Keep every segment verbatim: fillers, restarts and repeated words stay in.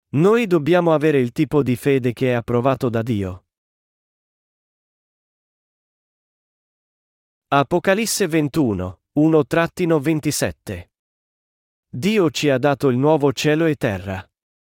Noi dobbiamo avere il tipo di fede che è approvato da Dio. Apocalisse ventuno, uno ventisette. Dio ci ha dato il nuovo cielo e terra.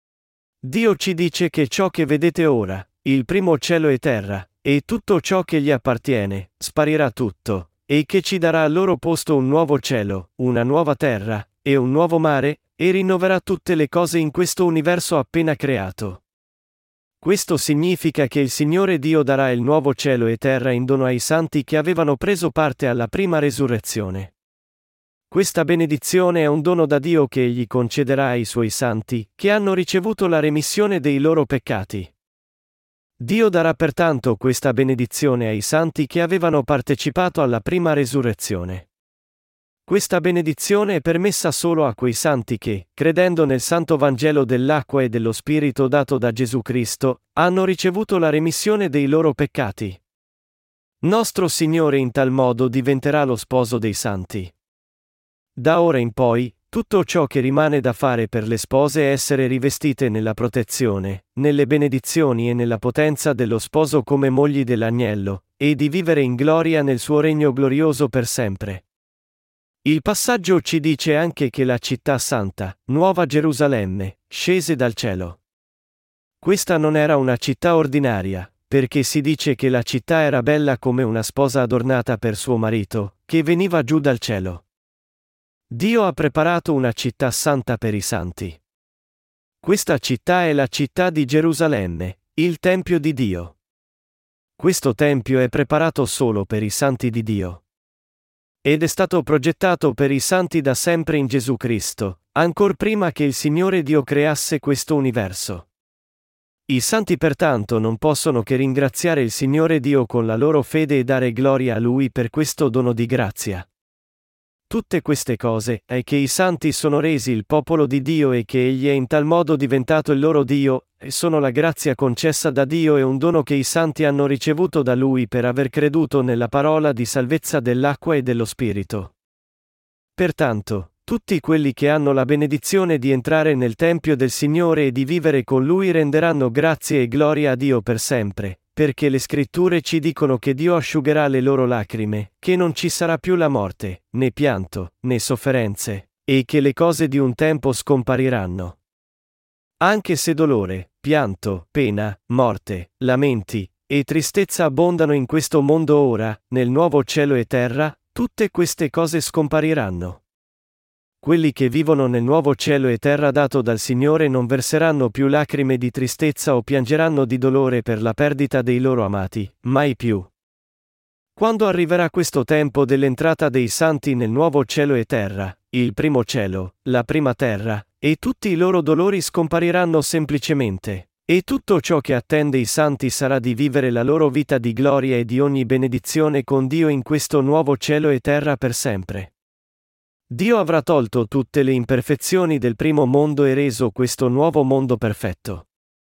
Dio ci dice che ciò che vedete ora, il primo cielo e terra, e tutto ciò che gli appartiene, sparirà tutto, e che ci darà al loro posto un nuovo cielo, una nuova terra, e un nuovo mare, e rinnoverà tutte le cose in questo universo appena creato. Questo significa che il Signore Dio darà il nuovo cielo e terra in dono ai santi che avevano preso parte alla prima resurrezione. Questa benedizione è un dono da Dio che Egli concederà ai Suoi santi, che hanno ricevuto la remissione dei loro peccati. Dio darà pertanto questa benedizione ai santi che avevano partecipato alla prima resurrezione. Questa benedizione è permessa solo a quei santi che, credendo nel santo Vangelo dell'acqua e dello Spirito dato da Gesù Cristo, hanno ricevuto la remissione dei loro peccati. Nostro Signore in tal modo diventerà lo sposo dei santi. Da ora in poi, tutto ciò che rimane da fare per le spose è essere rivestite nella protezione, nelle benedizioni e nella potenza dello sposo come mogli dell'agnello, e di vivere in gloria nel suo regno glorioso per sempre. Il passaggio ci dice anche che la città santa, Nuova Gerusalemme, scese dal cielo. Questa non era una città ordinaria, perché si dice che la città era bella come una sposa adornata per suo marito, che veniva giù dal cielo. Dio ha preparato una città santa per i santi. Questa città è la città di Gerusalemme, il Tempio di Dio. Questo Tempio è preparato solo per i santi di Dio. Ed è stato progettato per i santi da sempre in Gesù Cristo, ancor prima che il Signore Dio creasse questo universo. I santi pertanto non possono che ringraziare il Signore Dio con la loro fede e dare gloria a Lui per questo dono di grazia. Tutte queste cose è che i santi sono resi il popolo di Dio e che Egli è in tal modo diventato il loro Dio, e sono la grazia concessa da Dio e un dono che i santi hanno ricevuto da Lui per aver creduto nella parola di salvezza dell'acqua e dello Spirito. Pertanto, tutti quelli che hanno la benedizione di entrare nel Tempio del Signore e di vivere con Lui renderanno grazie e gloria a Dio per sempre, perché le Scritture ci dicono che Dio asciugherà le loro lacrime, che non ci sarà più la morte, né pianto, né sofferenze, e che le cose di un tempo scompariranno. Anche se dolore, pianto, pena, morte, lamenti e tristezza abbondano in questo mondo ora, nel nuovo cielo e terra, tutte queste cose scompariranno. Quelli che vivono nel nuovo cielo e terra dato dal Signore non verseranno più lacrime di tristezza o piangeranno di dolore per la perdita dei loro amati, mai più. Quando arriverà questo tempo dell'entrata dei santi nel nuovo cielo e terra, il primo cielo, la prima terra, e tutti i loro dolori scompariranno semplicemente, e tutto ciò che attende i santi sarà di vivere la loro vita di gloria e di ogni benedizione con Dio in questo nuovo cielo e terra per sempre. Dio avrà tolto tutte le imperfezioni del primo mondo e reso questo nuovo mondo perfetto.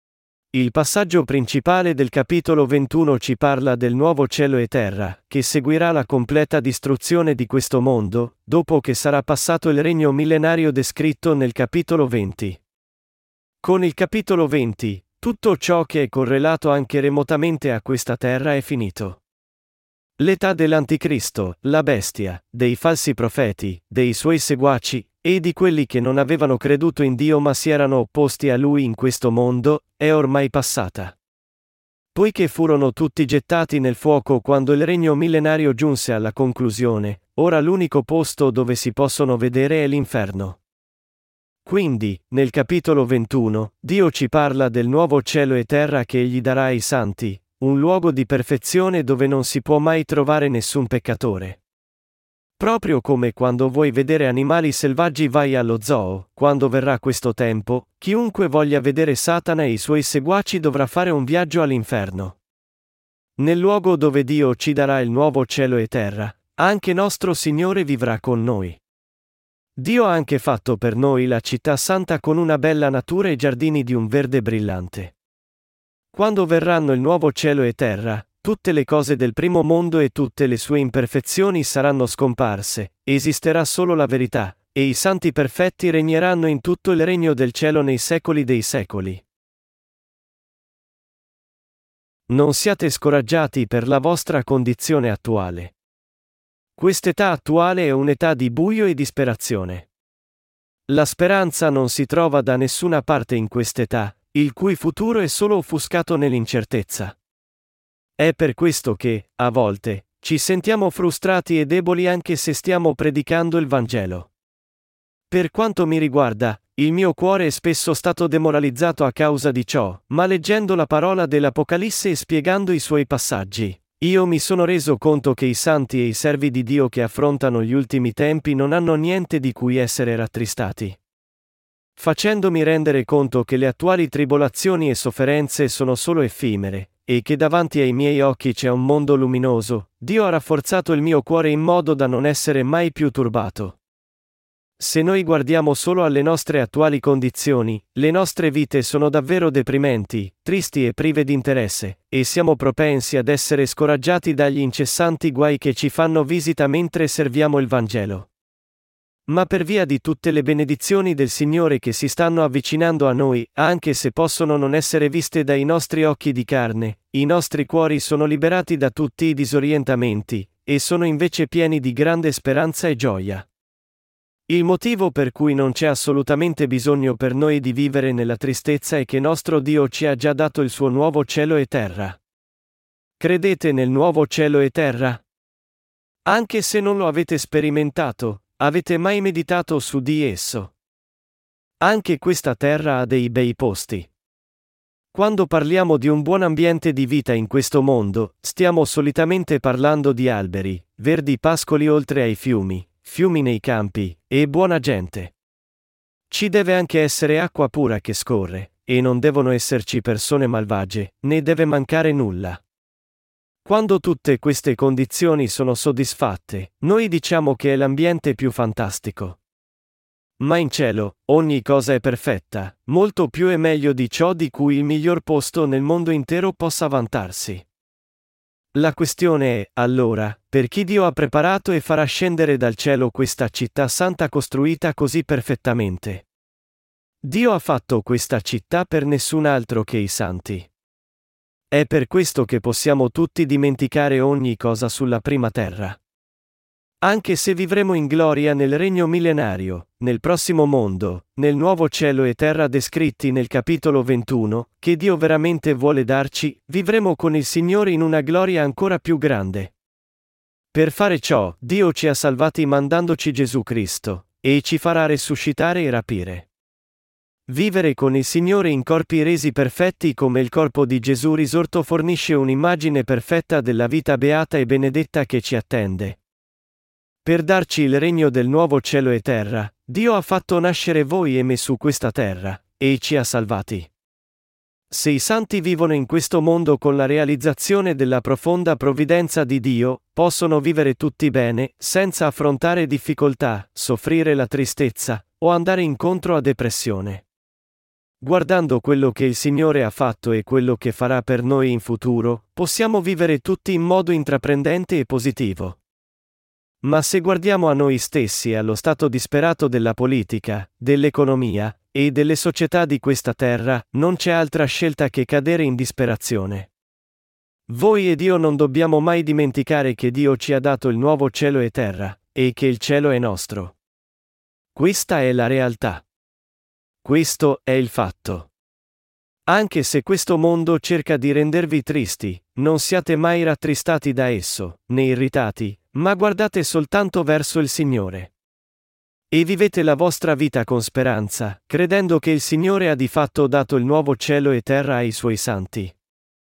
Il passaggio principale del capitolo ventuno ci parla del nuovo cielo e terra, che seguirà la completa distruzione di questo mondo, dopo che sarà passato il regno millenario descritto nel capitolo venti. Con il capitolo venti, tutto ciò che è correlato anche remotamente a questa terra è finito. L'età dell'Anticristo, la bestia, dei falsi profeti, dei suoi seguaci, e di quelli che non avevano creduto in Dio ma si erano opposti a Lui in questo mondo, è ormai passata. Poiché furono tutti gettati nel fuoco quando il regno millenario giunse alla conclusione, ora l'unico posto dove si possono vedere è l'inferno. Quindi, nel capitolo ventuno, Dio ci parla del nuovo cielo e terra che Egli darà ai santi, un luogo di perfezione dove non si può mai trovare nessun peccatore. Proprio come quando vuoi vedere animali selvaggi vai allo zoo, quando verrà questo tempo, chiunque voglia vedere Satana e i suoi seguaci dovrà fare un viaggio all'inferno. Nel luogo dove Dio ci darà il nuovo cielo e terra, anche nostro Signore vivrà con noi. Dio ha anche fatto per noi la città santa con una bella natura e giardini di un verde brillante. Quando verranno il nuovo cielo e terra, tutte le cose del primo mondo e tutte le sue imperfezioni saranno scomparse, esisterà solo la verità, e i santi perfetti regneranno in tutto il regno del cielo nei secoli dei secoli. Non siate scoraggiati per la vostra condizione attuale. Quest'età attuale è un'età di buio e disperazione. La speranza non si trova da nessuna parte in quest'età, il cui futuro è solo offuscato nell'incertezza. È per questo che, a volte, ci sentiamo frustrati e deboli anche se stiamo predicando il Vangelo. Per quanto mi riguarda, il mio cuore è spesso stato demoralizzato a causa di ciò, ma leggendo la parola dell'Apocalisse e spiegando i suoi passaggi, io mi sono reso conto che i santi e i servi di Dio che affrontano gli ultimi tempi non hanno niente di cui essere rattristati. Facendomi rendere conto che le attuali tribolazioni e sofferenze sono solo effimere, e che davanti ai miei occhi c'è un mondo luminoso, Dio ha rafforzato il mio cuore in modo da non essere mai più turbato. Se noi guardiamo solo alle nostre attuali condizioni, le nostre vite sono davvero deprimenti, tristi e prive di interesse, e siamo propensi ad essere scoraggiati dagli incessanti guai che ci fanno visita mentre serviamo il Vangelo. Ma per via di tutte le benedizioni del Signore che si stanno avvicinando a noi, anche se possono non essere viste dai nostri occhi di carne, i nostri cuori sono liberati da tutti i disorientamenti, e sono invece pieni di grande speranza e gioia. Il motivo per cui non c'è assolutamente bisogno per noi di vivere nella tristezza è che nostro Dio ci ha già dato il suo nuovo cielo e terra. Credete nel nuovo cielo e terra? Anche se non lo avete sperimentato, avete mai meditato su di esso? Anche questa terra ha dei bei posti. Quando parliamo di un buon ambiente di vita in questo mondo, stiamo solitamente parlando di alberi, verdi pascoli oltre ai fiumi, fiumi nei campi, e buona gente. Ci deve anche essere acqua pura che scorre, e non devono esserci persone malvagie, né deve mancare nulla. Quando tutte queste condizioni sono soddisfatte, noi diciamo che è l'ambiente più fantastico. Ma in cielo, ogni cosa è perfetta, molto più e meglio di ciò di cui il miglior posto nel mondo intero possa vantarsi. La questione è, allora, per chi Dio ha preparato e farà scendere dal cielo questa città santa costruita così perfettamente. Dio ha fatto questa città per nessun altro che i santi. È per questo che possiamo tutti dimenticare ogni cosa sulla prima terra. Anche se vivremo in gloria nel regno millenario, nel prossimo mondo, nel nuovo cielo e terra descritti nel capitolo ventuno, che Dio veramente vuole darci, vivremo con il Signore in una gloria ancora più grande. Per fare ciò, Dio ci ha salvati mandandoci Gesù Cristo, e ci farà resuscitare e rapire. Vivere con il Signore in corpi resi perfetti come il corpo di Gesù risorto fornisce un'immagine perfetta della vita beata e benedetta che ci attende. Per darci il regno del nuovo cielo e terra, Dio ha fatto nascere voi e me su questa terra, e ci ha salvati. Se i santi vivono in questo mondo con la realizzazione della profonda provvidenza di Dio, possono vivere tutti bene, senza affrontare difficoltà, soffrire la tristezza, o andare incontro a depressione. Guardando quello che il Signore ha fatto e quello che farà per noi in futuro, possiamo vivere tutti in modo intraprendente e positivo. Ma se guardiamo a noi stessi e allo stato disperato della politica, dell'economia, e delle società di questa terra, non c'è altra scelta che cadere in disperazione. Voi ed io non dobbiamo mai dimenticare che Dio ci ha dato il nuovo cielo e terra, e che il cielo è nostro. Questa è la realtà. Questo è il fatto. Anche se questo mondo cerca di rendervi tristi, non siate mai rattristati da esso, né irritati, ma guardate soltanto verso il Signore. E vivete la vostra vita con speranza, credendo che il Signore ha di fatto dato il nuovo cielo e terra ai Suoi santi.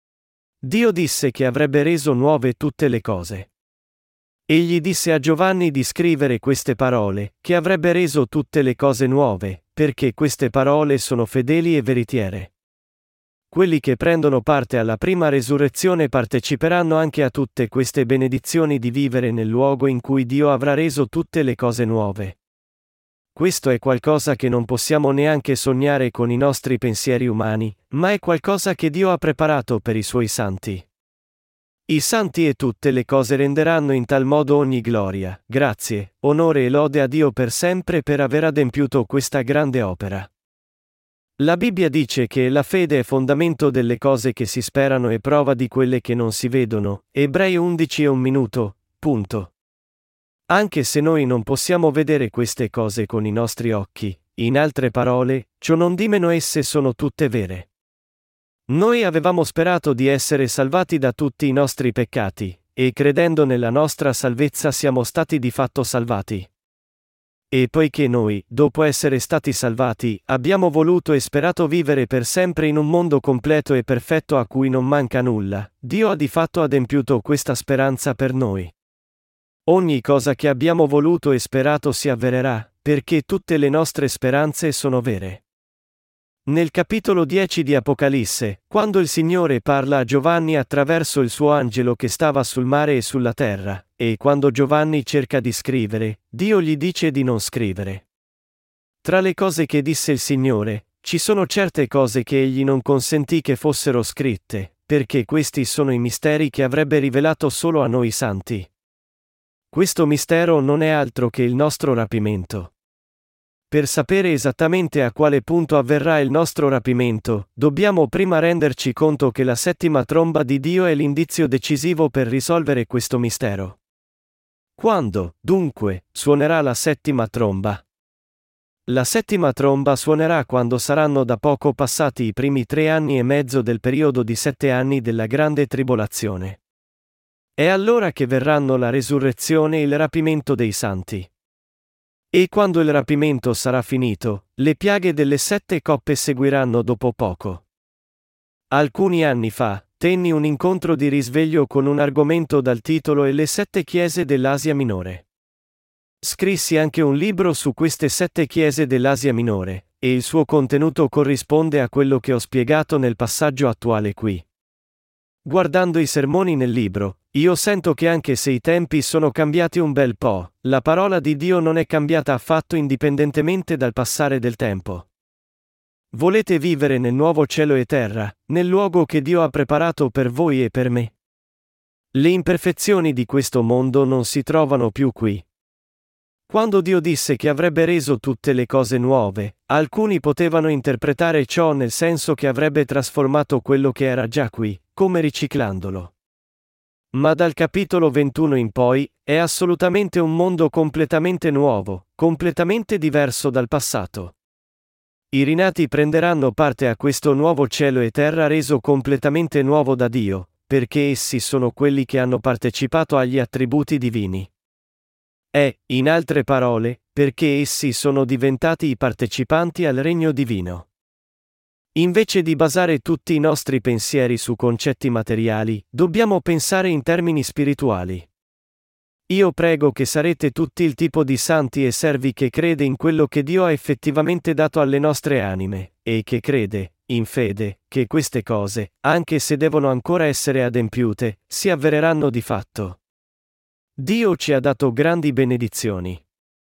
Dio disse che avrebbe reso nuove tutte le cose. Egli disse a Giovanni di scrivere queste parole, che avrebbe reso tutte le cose nuove, perché queste parole sono fedeli e veritiere. Quelli che prendono parte alla prima resurrezione parteciperanno anche a tutte queste benedizioni di vivere nel luogo in cui Dio avrà reso tutte le cose nuove. Questo è qualcosa che non possiamo neanche sognare con i nostri pensieri umani, ma è qualcosa che Dio ha preparato per i Suoi santi. I santi e tutte le cose renderanno in tal modo ogni gloria, grazie, onore e lode a Dio per sempre per aver adempiuto questa grande opera. La Bibbia dice che la fede è fondamento delle cose che si sperano e prova di quelle che non si vedono, Ebrei undici e un minuto, punto. Anche se noi non possiamo vedere queste cose con i nostri occhi, in altre parole, ciò non di meno esse sono tutte vere. Noi avevamo sperato di essere salvati da tutti i nostri peccati, e credendo nella nostra salvezza siamo stati di fatto salvati. E poiché noi, dopo essere stati salvati, abbiamo voluto e sperato vivere per sempre in un mondo completo e perfetto a cui non manca nulla, Dio ha di fatto adempiuto questa speranza per noi. Ogni cosa che abbiamo voluto e sperato si avvererà, perché tutte le nostre speranze sono vere. Nel capitolo dieci di Apocalisse, quando il Signore parla a Giovanni attraverso il suo angelo che stava sul mare e sulla terra, e quando Giovanni cerca di scrivere, Dio gli dice di non scrivere. Tra le cose che disse il Signore, ci sono certe cose che egli non consentì che fossero scritte, perché questi sono i misteri che avrebbe rivelato solo a noi santi. Questo mistero non è altro che il nostro rapimento. Per sapere esattamente a quale punto avverrà il nostro rapimento, dobbiamo prima renderci conto che la settima tromba di Dio è l'indizio decisivo per risolvere questo mistero. Quando, dunque, suonerà la settima tromba? La settima tromba suonerà quando saranno da poco passati i primi tre anni e mezzo del periodo di sette anni della grande tribolazione. È allora che verranno la resurrezione e il rapimento dei santi. E quando il rapimento sarà finito, le piaghe delle sette coppe seguiranno dopo poco. Alcuni anni fa, tenni un incontro di risveglio con un argomento dal titolo E le sette chiese dell'Asia Minore. Scrissi anche un libro su queste sette chiese dell'Asia Minore, e il suo contenuto corrisponde a quello che ho spiegato nel passaggio attuale qui. Guardando i sermoni nel libro, io sento che anche se i tempi sono cambiati un bel po', la parola di Dio non è cambiata affatto indipendentemente dal passare del tempo. Volete vivere nel nuovo cielo e terra, nel luogo che Dio ha preparato per voi e per me? Le imperfezioni di questo mondo non si trovano più qui. Quando Dio disse che avrebbe reso tutte le cose nuove, alcuni potevano interpretare ciò nel senso che avrebbe trasformato quello che era già qui, come riciclandolo. Ma dal capitolo ventuno in poi, è assolutamente un mondo completamente nuovo, completamente diverso dal passato. I rinati prenderanno parte a questo nuovo cielo e terra reso completamente nuovo da Dio, perché essi sono quelli che hanno partecipato agli attributi divini. È, in altre parole, perché essi sono diventati i partecipanti al regno divino. Invece di basare tutti i nostri pensieri su concetti materiali, dobbiamo pensare in termini spirituali. Io prego che sarete tutti il tipo di santi e servi che crede in quello che Dio ha effettivamente dato alle nostre anime, e che crede, in fede, che queste cose, anche se devono ancora essere adempiute, si avvereranno di fatto. Dio ci ha dato grandi benedizioni.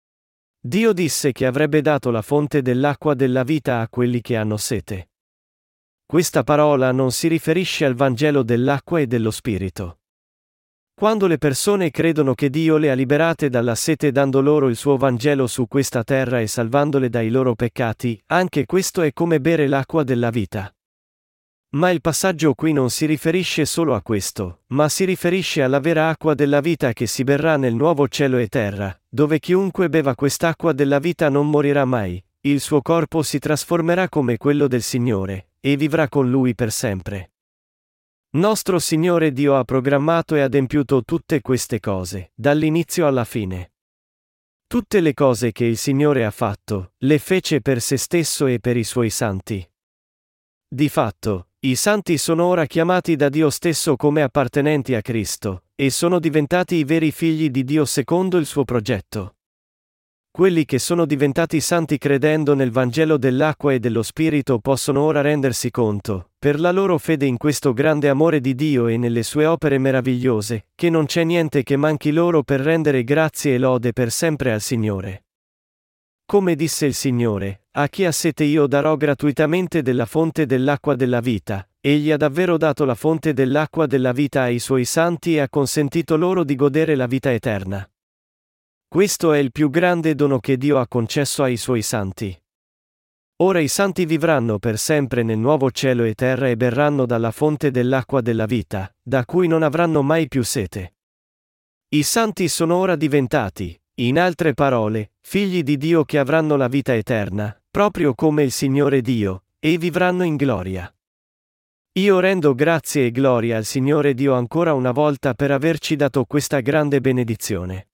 Dio disse che avrebbe dato la fonte dell'acqua della vita a quelli che hanno sete. Questa parola non si riferisce al Vangelo dell'acqua e dello Spirito. Quando le persone credono che Dio le ha liberate dalla sete dando loro il suo Vangelo su questa terra e salvandole dai loro peccati, anche questo è come bere l'acqua della vita. Ma il passaggio qui non si riferisce solo a questo, ma si riferisce alla vera acqua della vita che si berrà nel nuovo cielo e terra, dove chiunque beva quest'acqua della vita non morirà mai, il suo corpo si trasformerà come quello del Signore, e vivrà con Lui per sempre. Nostro Signore Dio ha programmato e adempiuto tutte queste cose, dall'inizio alla fine. Tutte le cose che il Signore ha fatto, le fece per se stesso e per i suoi santi. Di fatto, i santi sono ora chiamati da Dio stesso come appartenenti a Cristo, e sono diventati i veri figli di Dio secondo il suo progetto. Quelli che sono diventati santi credendo nel Vangelo dell'acqua e dello Spirito possono ora rendersi conto, per la loro fede in questo grande amore di Dio e nelle sue opere meravigliose, che non c'è niente che manchi loro per rendere grazie e lode per sempre al Signore. Come disse il Signore, a chi ha sete io darò gratuitamente della fonte dell'acqua della vita, egli ha davvero dato la fonte dell'acqua della vita ai suoi santi e ha consentito loro di godere la vita eterna. Questo è il più grande dono che Dio ha concesso ai suoi santi. Ora i santi vivranno per sempre nel nuovo cielo e terra e berranno dalla fonte dell'acqua della vita, da cui non avranno mai più sete. I santi sono ora diventati, in altre parole, figli di Dio che avranno la vita eterna, proprio come il Signore Dio, e vivranno in gloria. Io rendo grazie e gloria al Signore Dio ancora una volta per averci dato questa grande benedizione.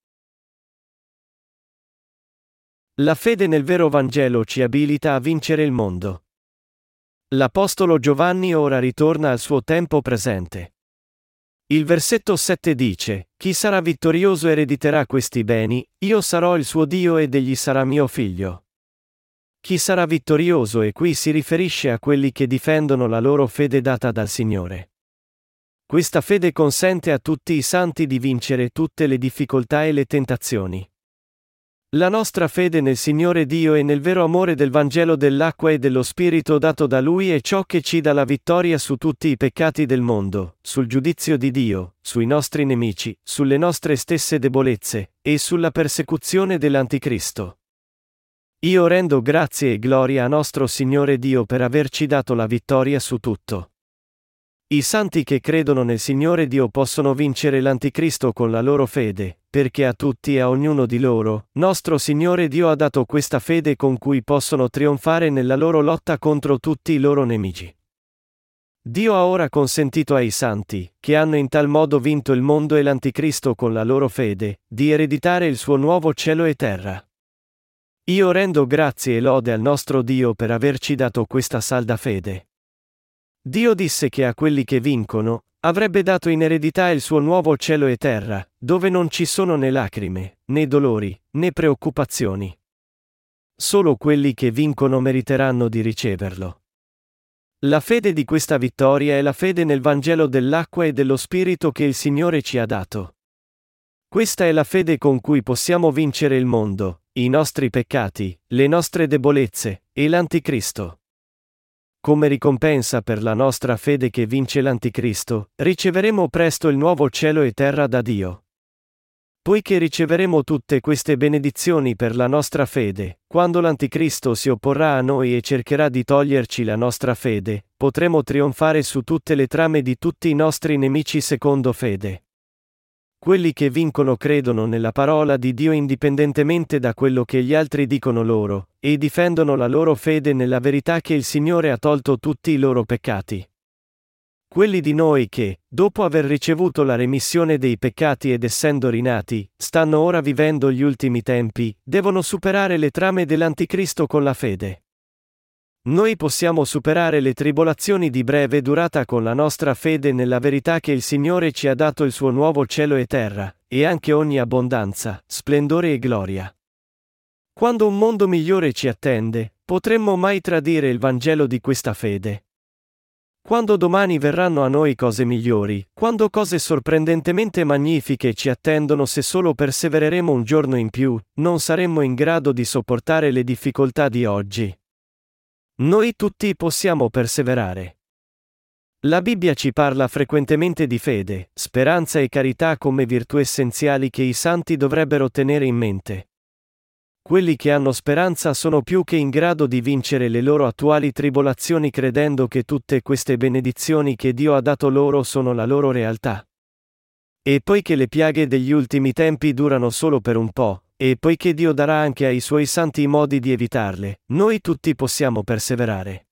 La fede nel vero Vangelo ci abilita a vincere il mondo. L'Apostolo Giovanni ora ritorna al suo tempo presente. Il versetto sette dice: «Chi sarà vittorioso erediterà questi beni, io sarò il suo Dio ed egli sarà mio figlio». Chi sarà vittorioso e qui si riferisce a quelli che difendono la loro fede data dal Signore. Questa fede consente a tutti i santi di vincere tutte le difficoltà e le tentazioni. La nostra fede nel Signore Dio e nel vero amore del Vangelo dell'acqua e dello Spirito dato da Lui è ciò che ci dà la vittoria su tutti i peccati del mondo, sul giudizio di Dio, sui nostri nemici, sulle nostre stesse debolezze, e sulla persecuzione dell'Anticristo. Io rendo grazie e gloria a nostro Signore Dio per averci dato la vittoria su tutto. I santi che credono nel Signore Dio possono vincere l'Anticristo con la loro fede, perché a tutti e a ognuno di loro, nostro Signore Dio ha dato questa fede con cui possono trionfare nella loro lotta contro tutti i loro nemici. Dio ha ora consentito ai santi, che hanno in tal modo vinto il mondo e l'Anticristo con la loro fede, di ereditare il suo nuovo cielo e terra. Io rendo grazie e lode al nostro Dio per averci dato questa salda fede. Dio disse che a quelli che vincono, avrebbe dato in eredità il suo nuovo cielo e terra, dove non ci sono né lacrime, né dolori, né preoccupazioni. Solo quelli che vincono meriteranno di riceverlo. La fede di questa vittoria è la fede nel Vangelo dell'acqua e dello Spirito che il Signore ci ha dato. Questa è la fede con cui possiamo vincere il mondo, i nostri peccati, le nostre debolezze, e l'Anticristo. Come ricompensa per la nostra fede che vince l'Anticristo, riceveremo presto il nuovo cielo e terra da Dio. Poiché riceveremo tutte queste benedizioni per la nostra fede, quando l'Anticristo si opporrà a noi e cercherà di toglierci la nostra fede, potremo trionfare su tutte le trame di tutti i nostri nemici secondo fede. Quelli che vincono credono nella parola di Dio indipendentemente da quello che gli altri dicono loro, e difendono la loro fede nella verità che il Signore ha tolto tutti i loro peccati. Quelli di noi che, dopo aver ricevuto la remissione dei peccati ed essendo rinati, stanno ora vivendo gli ultimi tempi, devono superare le trame dell'Anticristo con la fede. Noi possiamo superare le tribolazioni di breve durata con la nostra fede nella verità che il Signore ci ha dato il suo nuovo cielo e terra, e anche ogni abbondanza, splendore e gloria. Quando un mondo migliore ci attende, potremmo mai tradire il Vangelo di questa fede? Quando domani verranno a noi cose migliori, quando cose sorprendentemente magnifiche ci attendono se solo persevereremo un giorno in più, non saremmo in grado di sopportare le difficoltà di oggi. Noi tutti possiamo perseverare. La Bibbia ci parla frequentemente di fede, speranza e carità come virtù essenziali che i santi dovrebbero tenere in mente. Quelli che hanno speranza sono più che in grado di vincere le loro attuali tribolazioni credendo che tutte queste benedizioni che Dio ha dato loro sono la loro realtà. E poiché le piaghe degli ultimi tempi durano solo per un po', e poiché Dio darà anche ai suoi santi i modi di evitarle, noi tutti possiamo perseverare.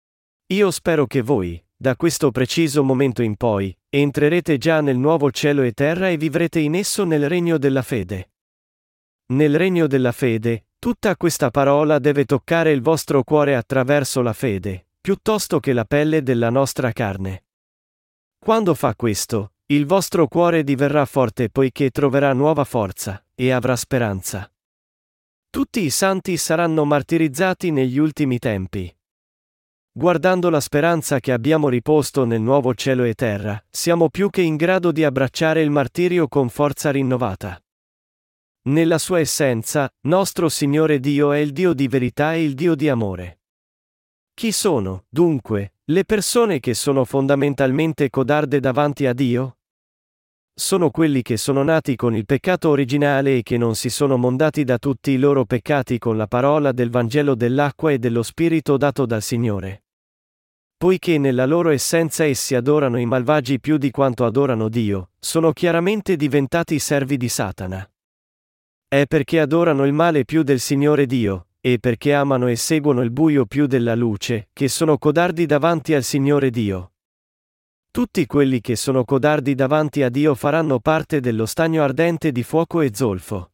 Io spero che voi, da questo preciso momento in poi, entrerete già nel nuovo cielo e terra e vivrete in esso nel regno della fede. Nel regno della fede, tutta questa parola deve toccare il vostro cuore attraverso la fede, piuttosto che la pelle della nostra carne. Quando fa questo, il vostro cuore diverrà forte poiché troverà nuova forza, e avrà speranza. Tutti i santi saranno martirizzati negli ultimi tempi. Guardando la speranza che abbiamo riposto nel nuovo cielo e terra, siamo più che in grado di abbracciare il martirio con forza rinnovata. Nella sua essenza, nostro Signore Dio è il Dio di verità e il Dio di amore. Chi sono, dunque, Le persone che sono fondamentalmente codarde davanti a Dio? Sono quelli che sono nati con il peccato originale e che non si sono mondati da tutti i loro peccati con la parola del Vangelo dell'acqua e dello Spirito dato dal Signore. Poiché nella loro essenza essi adorano i malvagi più di quanto adorano Dio, sono chiaramente diventati servi di Satana. È perché adorano il male più del Signore Dio, e perché amano e seguono il buio più della luce, che sono codardi davanti al Signore Dio. Tutti quelli che sono codardi davanti a Dio faranno parte dello stagno ardente di fuoco e zolfo.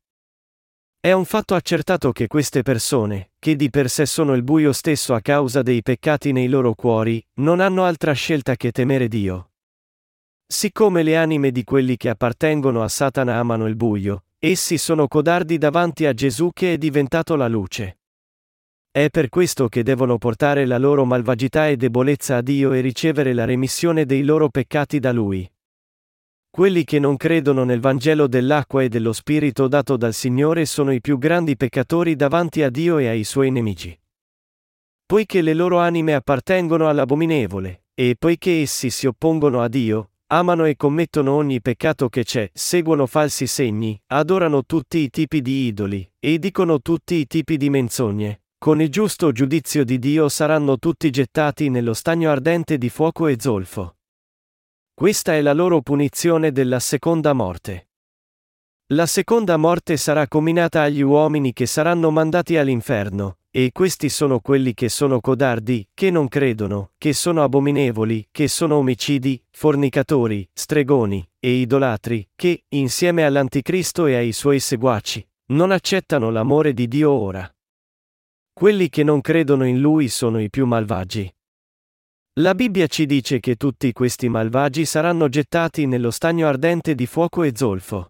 È un fatto accertato che queste persone, che di per sé sono il buio stesso a causa dei peccati nei loro cuori, non hanno altra scelta che temere Dio. Siccome le anime di quelli che appartengono a Satana amano il buio, essi sono codardi davanti a Gesù che è diventato la luce. È per questo che devono portare la loro malvagità e debolezza a Dio e ricevere la remissione dei loro peccati da Lui. Quelli che non credono nel Vangelo dell'acqua e dello Spirito dato dal Signore sono i più grandi peccatori davanti a Dio e ai Suoi nemici. Poiché le loro anime appartengono all'abominevole, e poiché essi si oppongono a Dio, amano e commettono ogni peccato che c'è, seguono falsi segni, adorano tutti i tipi di idoli, e dicono tutti i tipi di menzogne. Con il giusto giudizio di Dio saranno tutti gettati nello stagno ardente di fuoco e zolfo. Questa è la loro punizione della seconda morte. La seconda morte sarà comminata agli uomini che saranno mandati all'inferno, e questi sono quelli che sono codardi, che non credono, che sono abominevoli, che sono omicidi, fornicatori, stregoni, e idolatri, che, insieme all'Anticristo e ai suoi seguaci, non accettano l'amore di Dio ora. Quelli che non credono in Lui sono i più malvagi. La Bibbia ci dice che tutti questi malvagi saranno gettati nello stagno ardente di fuoco e zolfo.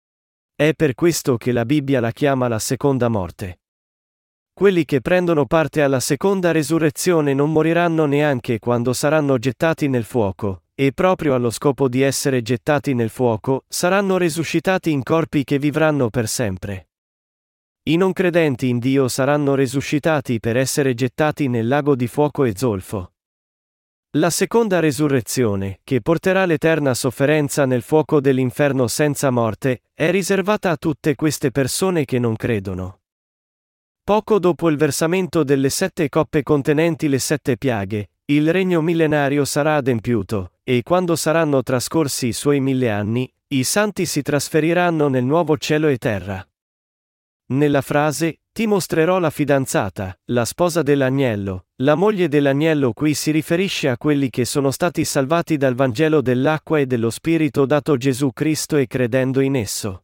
È per questo che la Bibbia la chiama la seconda morte. Quelli che prendono parte alla seconda resurrezione non moriranno neanche quando saranno gettati nel fuoco, e proprio allo scopo di essere gettati nel fuoco, saranno resuscitati in corpi che vivranno per sempre. I non credenti in Dio saranno resuscitati per essere gettati nel lago di fuoco e zolfo. La seconda resurrezione, che porterà l'eterna sofferenza nel fuoco dell'inferno senza morte, è riservata a tutte queste persone che non credono. Poco dopo il versamento delle sette coppe contenenti le sette piaghe, il regno millenario sarà adempiuto, e quando saranno trascorsi i suoi mille anni, i santi si trasferiranno nel nuovo cielo e terra. Nella frase, ti mostrerò la fidanzata, la sposa dell'agnello, la moglie dell'agnello qui si riferisce a quelli che sono stati salvati dal Vangelo dell'acqua e dello Spirito dato Gesù Cristo e credendo in esso.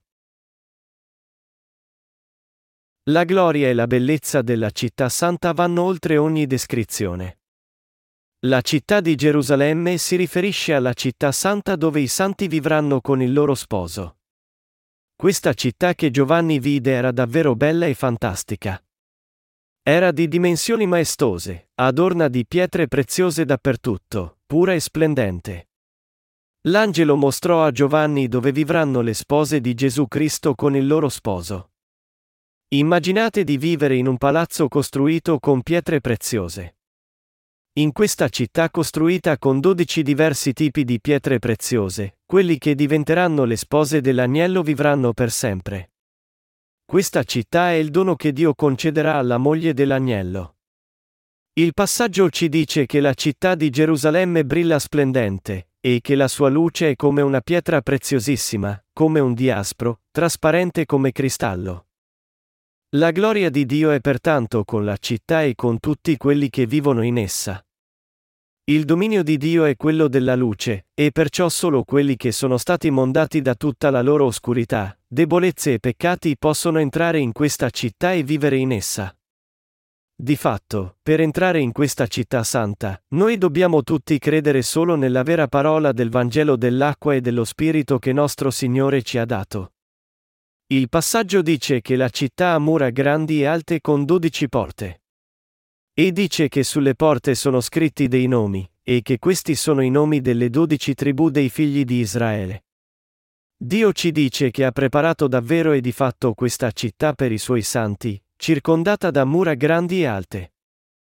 La gloria e la bellezza della città santa vanno oltre ogni descrizione. La città di Gerusalemme si riferisce alla città santa dove i santi vivranno con il loro sposo. Questa città che Giovanni vide era davvero bella e fantastica. Era di dimensioni maestose, adorna di pietre preziose dappertutto, pura e splendente. L'angelo mostrò a Giovanni dove vivranno le spose di Gesù Cristo con il loro sposo. Immaginate di vivere in un palazzo costruito con pietre preziose. In questa città costruita con dodici diversi tipi di pietre preziose, quelli che diventeranno le spose dell'agnello vivranno per sempre. Questa città è il dono che Dio concederà alla moglie dell'agnello. Il passaggio ci dice che la città di Gerusalemme brilla splendente, e che la sua luce è come una pietra preziosissima, come un diaspro, trasparente come cristallo. La gloria di Dio è pertanto con la città e con tutti quelli che vivono in essa. Il dominio di Dio è quello della luce, e perciò solo quelli che sono stati mondati da tutta la loro oscurità, debolezze e peccati possono entrare in questa città e vivere in essa. Di fatto, per entrare in questa città santa, noi dobbiamo tutti credere solo nella vera parola del Vangelo dell'acqua e dello Spirito che nostro Signore ci ha dato. Il passaggio dice che la città ha mura grandi e alte con dodici porte. E dice che sulle porte sono scritti dei nomi, e che questi sono i nomi delle dodici tribù dei figli di Israele. Dio ci dice che ha preparato davvero e di fatto questa città per i suoi santi, circondata da mura grandi e alte.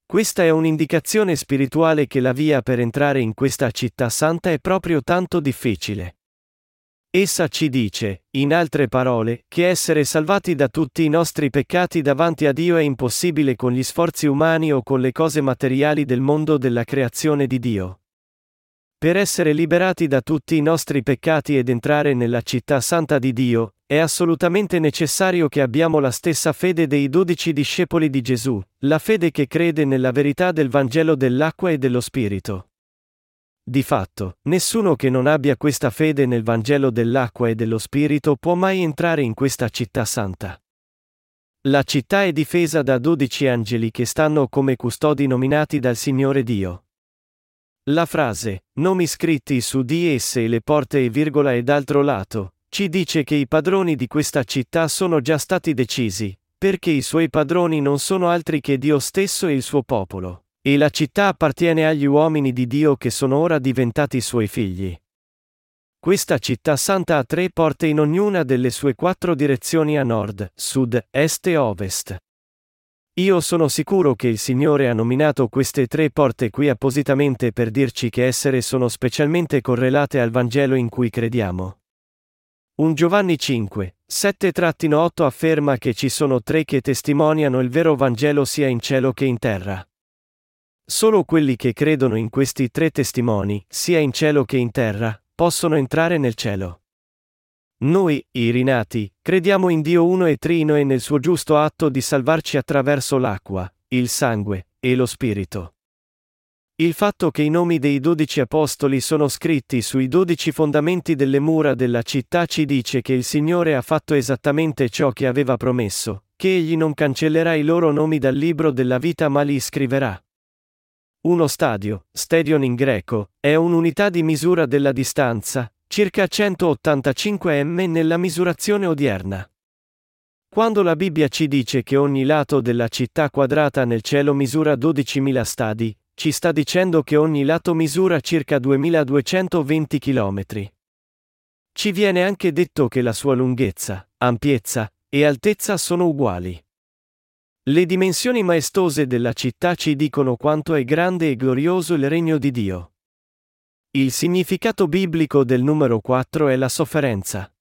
Questa è un'indicazione spirituale che la via per entrare in questa città santa è proprio tanto difficile. Essa ci dice, in altre parole, che essere salvati da tutti i nostri peccati davanti a Dio è impossibile con gli sforzi umani o con le cose materiali del mondo della creazione di Dio. Per essere liberati da tutti i nostri peccati ed entrare nella città santa di Dio, è assolutamente necessario che abbiamo la stessa fede dei dodici discepoli di Gesù, la fede che crede nella verità del Vangelo dell'acqua e dello Spirito. Di fatto, nessuno che non abbia questa fede nel Vangelo dell'acqua e dello Spirito può mai entrare in questa città santa. La città è difesa da dodici angeli che stanno come custodi nominati dal Signore Dio. La frase, nomi scritti su di esse e le porte e virgola e d'altro lato, ci dice che i padroni di questa città sono già stati decisi, perché i suoi padroni non sono altri che Dio stesso e il suo popolo. E la città appartiene agli uomini di Dio che sono ora diventati suoi figli. Questa città santa ha tre porte in ognuna delle sue quattro direzioni a nord, sud, est e ovest. Io sono sicuro che il Signore ha nominato queste tre porte qui appositamente per dirci che esse sono specialmente correlate al Vangelo in cui crediamo. primo Giovanni cinque, sette otto afferma che ci sono tre che testimoniano il vero Vangelo sia in cielo che in terra. Solo quelli che credono in questi tre testimoni, sia in cielo che in terra, possono entrare nel cielo. Noi, i rinati, crediamo in Dio uno e trino e nel suo giusto atto di salvarci attraverso l'acqua, il sangue, e lo Spirito. Il fatto che i nomi dei dodici apostoli sono scritti sui dodici fondamenti delle mura della città ci dice che il Signore ha fatto esattamente ciò che aveva promesso, che Egli non cancellerà i loro nomi dal libro della vita ma li scriverà. Uno stadio, stadion in greco, è un'unità di misura della distanza, circa centottantacinque metri nella misurazione odierna. Quando la Bibbia ci dice che ogni lato della città quadrata nel cielo misura dodicimila stadi, ci sta dicendo che ogni lato misura circa duemiladuecentoventi chilometri. Ci viene anche detto che la sua lunghezza, ampiezza e altezza sono uguali. Le dimensioni maestose della città ci dicono quanto è grande e glorioso il regno di Dio. Il significato biblico del numero quattro è la sofferenza.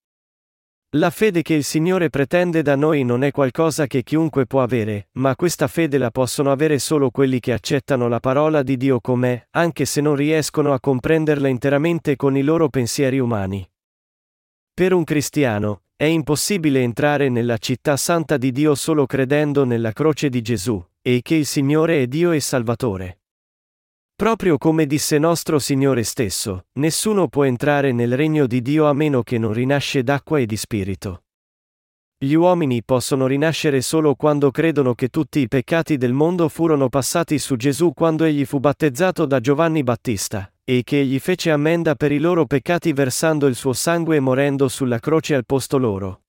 La fede che il Signore pretende da noi non è qualcosa che chiunque può avere, ma questa fede la possono avere solo quelli che accettano la parola di Dio com'è, anche se non riescono a comprenderla interamente con i loro pensieri umani. Per un cristiano, è impossibile entrare nella città santa di Dio solo credendo nella croce di Gesù, e che il Signore è Dio e Salvatore. Proprio come disse nostro Signore stesso, nessuno può entrare nel regno di Dio a meno che non rinasce d'acqua e di spirito. Gli uomini possono rinascere solo quando credono che tutti i peccati del mondo furono passati su Gesù quando egli fu battezzato da Giovanni Battista, e che egli fece ammenda per i loro peccati versando il suo sangue e morendo sulla croce al posto loro.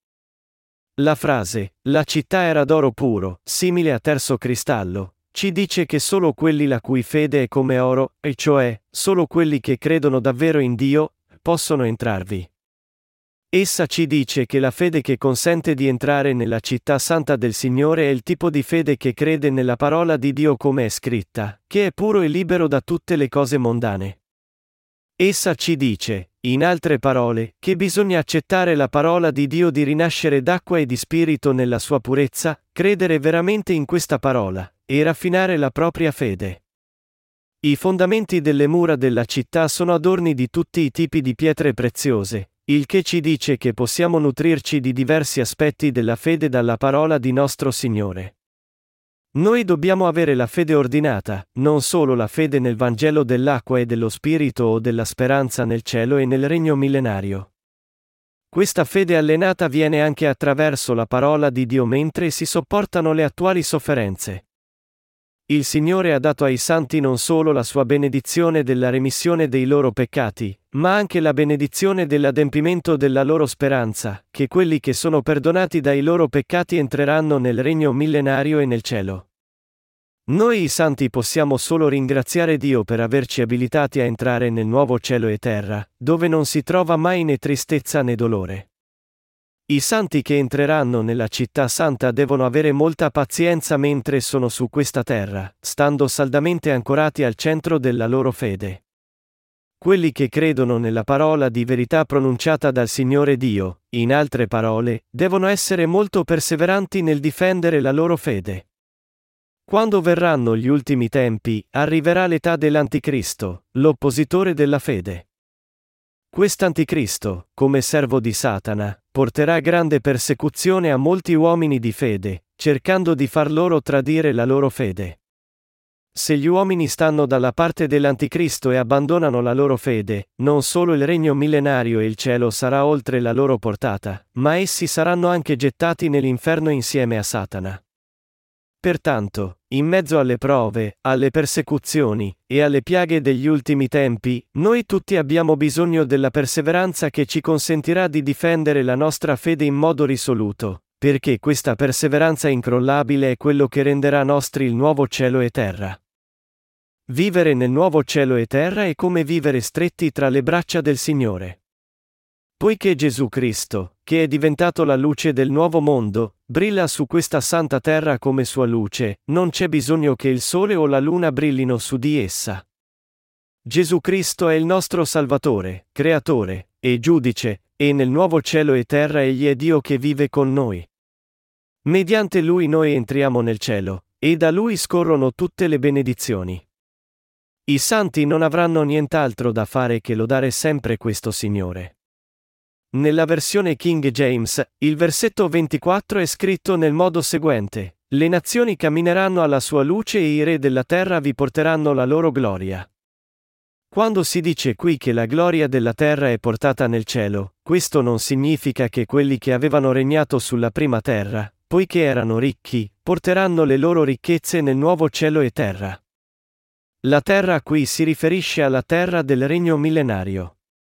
La frase, la città era d'oro puro, simile a terzo cristallo, ci dice che solo quelli la cui fede è come oro, e cioè, solo quelli che credono davvero in Dio, possono entrarvi. Essa ci dice che la fede che consente di entrare nella città santa del Signore è il tipo di fede che crede nella parola di Dio come è scritta, che è puro e libero da tutte le cose mondane. Essa ci dice, in altre parole, che bisogna accettare la parola di Dio di rinascere d'acqua e di spirito nella sua purezza, credere veramente in questa parola, e raffinare la propria fede. I fondamenti delle mura della città sono adorni di tutti i tipi di pietre preziose, il che ci dice che possiamo nutrirci di diversi aspetti della fede dalla parola di nostro Signore. Noi dobbiamo avere la fede ordinata, non solo la fede nel Vangelo dell'acqua e dello Spirito o della speranza nel cielo e nel regno millenario. Questa fede allenata viene anche attraverso la parola di Dio mentre si sopportano le attuali sofferenze. Il Signore ha dato ai santi non solo la sua benedizione della remissione dei loro peccati, ma anche la benedizione dell'adempimento della loro speranza, che quelli che sono perdonati dai loro peccati entreranno nel regno millenario e nel cielo. Noi i santi possiamo solo ringraziare Dio per averci abilitati a entrare nel nuovo cielo e terra, dove non si trova mai né tristezza né dolore. I santi che entreranno nella città santa devono avere molta pazienza mentre sono su questa terra, stando saldamente ancorati al centro della loro fede. Quelli che credono nella parola di verità pronunciata dal Signore Dio, in altre parole, devono essere molto perseveranti nel difendere la loro fede. Quando verranno gli ultimi tempi, arriverà l'età dell'Anticristo, l'oppositore della fede. Quest'Anticristo, come servo di Satana, porterà grande persecuzione a molti uomini di fede, cercando di far loro tradire la loro fede. Se gli uomini stanno dalla parte dell'Anticristo e abbandonano la loro fede, non solo il regno millenario e il cielo sarà oltre la loro portata, ma essi saranno anche gettati nell'inferno insieme a Satana. Pertanto, in mezzo alle prove, alle persecuzioni, e alle piaghe degli ultimi tempi, noi tutti abbiamo bisogno della perseveranza che ci consentirà di difendere la nostra fede in modo risoluto, perché questa perseveranza incrollabile è quello che renderà nostri il nuovo cielo e terra. Vivere nel nuovo cielo e terra è come vivere stretti tra le braccia del Signore. Poiché Gesù Cristo, che è diventato la luce del nuovo mondo, brilla su questa santa terra come sua luce, non c'è bisogno che il sole o la luna brillino su di essa. Gesù Cristo è il nostro Salvatore, Creatore, e Giudice, e nel nuovo cielo e terra Egli è Dio che vive con noi. Mediante Lui noi entriamo nel cielo, e da Lui scorrono tutte le benedizioni. I santi non avranno nient'altro da fare che lodare sempre questo Signore. Nella versione King James, il versetto ventiquattro è scritto nel modo seguente: le nazioni cammineranno alla sua luce e i re della terra vi porteranno la loro gloria. Quando si dice qui che la gloria della terra è portata nel cielo, questo non significa che quelli che avevano regnato sulla prima terra, poiché erano ricchi, porteranno le loro ricchezze nel nuovo cielo e terra. La terra qui si riferisce alla terra del regno millenario.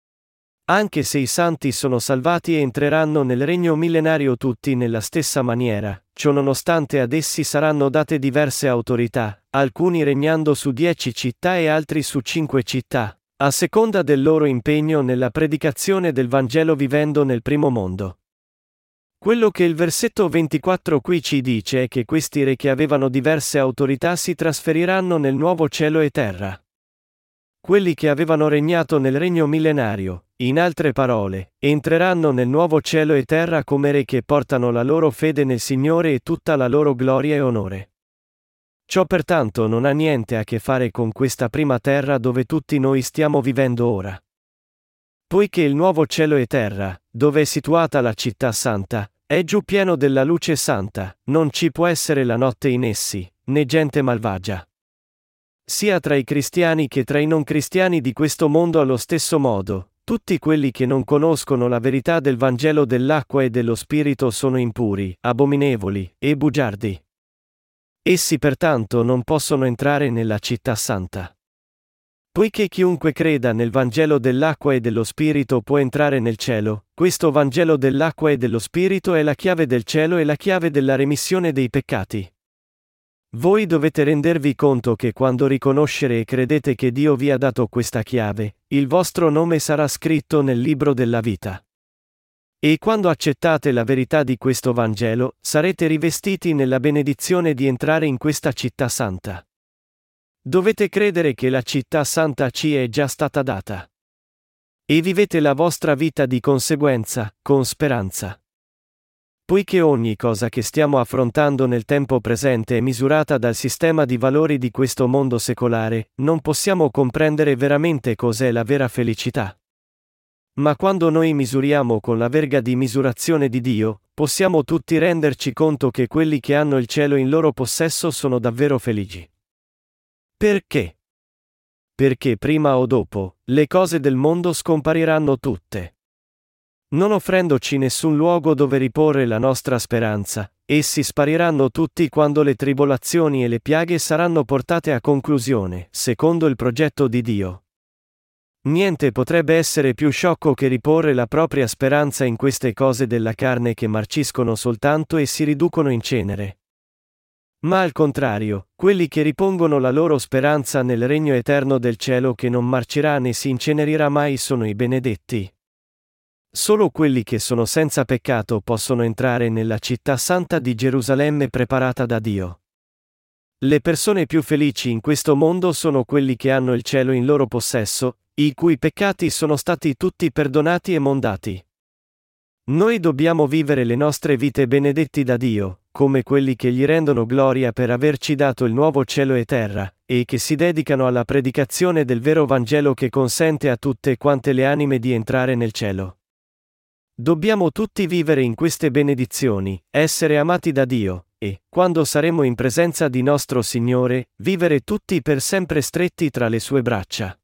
Anche se i santi sono salvati e entreranno nel regno millenario tutti nella stessa maniera, ciò nonostante ad essi saranno date diverse autorità, alcuni regnando su dieci città e altri su cinque città, a seconda del loro impegno nella predicazione del Vangelo vivendo nel primo mondo. Quello che il versetto ventiquattro qui ci dice è che questi re che avevano diverse autorità si trasferiranno nel nuovo cielo e terra. Quelli che avevano regnato nel regno millenario, in altre parole, entreranno nel nuovo cielo e terra come re che portano la loro fede nel Signore e tutta la loro gloria e onore. Ciò pertanto non ha niente a che fare con questa prima terra dove tutti noi stiamo vivendo ora. Poiché il nuovo cielo e terra, dove è situata la città santa, è giù pieno della luce santa, non ci può essere la notte in essi, né gente malvagia. Sia tra i cristiani che tra i non cristiani di questo mondo allo stesso modo, tutti quelli che non conoscono la verità del Vangelo dell'acqua e dello Spirito sono impuri, abominevoli, e bugiardi. Essi pertanto non possono entrare nella città santa. Poiché chiunque creda nel Vangelo dell'acqua e dello Spirito può entrare nel cielo, questo Vangelo dell'acqua e dello Spirito è la chiave del cielo e la chiave della remissione dei peccati. Voi dovete rendervi conto che quando riconoscere e credete che Dio vi ha dato questa chiave, il vostro nome sarà scritto nel libro della vita. E quando accettate la verità di questo Vangelo, sarete rivestiti nella benedizione di entrare in questa città santa. Dovete credere che la città santa ci è già stata data. E vivete la vostra vita di conseguenza, con speranza. Poiché ogni cosa che stiamo affrontando nel tempo presente è misurata dal sistema di valori di questo mondo secolare, non possiamo comprendere veramente cos'è la vera felicità. Ma quando noi misuriamo con la verga di misurazione di Dio, possiamo tutti renderci conto che quelli che hanno il cielo in loro possesso sono davvero felici. Perché? Perché prima o dopo, le cose del mondo scompariranno tutte. Non offrendoci nessun luogo dove riporre la nostra speranza, essi spariranno tutti quando le tribolazioni e le piaghe saranno portate a conclusione, secondo il progetto di Dio. Niente potrebbe essere più sciocco che riporre la propria speranza in queste cose della carne che marciscono soltanto e si riducono in cenere. Ma al contrario, quelli che ripongono la loro speranza nel regno eterno del cielo che non marcirà né si incenerirà mai sono i benedetti. Solo quelli che sono senza peccato possono entrare nella città santa di Gerusalemme preparata da Dio. Le persone più felici in questo mondo sono quelli che hanno il cielo in loro possesso, i cui peccati sono stati tutti perdonati e mondati. Noi dobbiamo vivere le nostre vite benedetti da Dio, come quelli che gli rendono gloria per averci dato il nuovo cielo e terra, e che si dedicano alla predicazione del vero Vangelo che consente a tutte quante le anime di entrare nel cielo. Dobbiamo tutti vivere in queste benedizioni, essere amati da Dio, e, quando saremo in presenza di nostro Signore, vivere tutti per sempre stretti tra le sue braccia.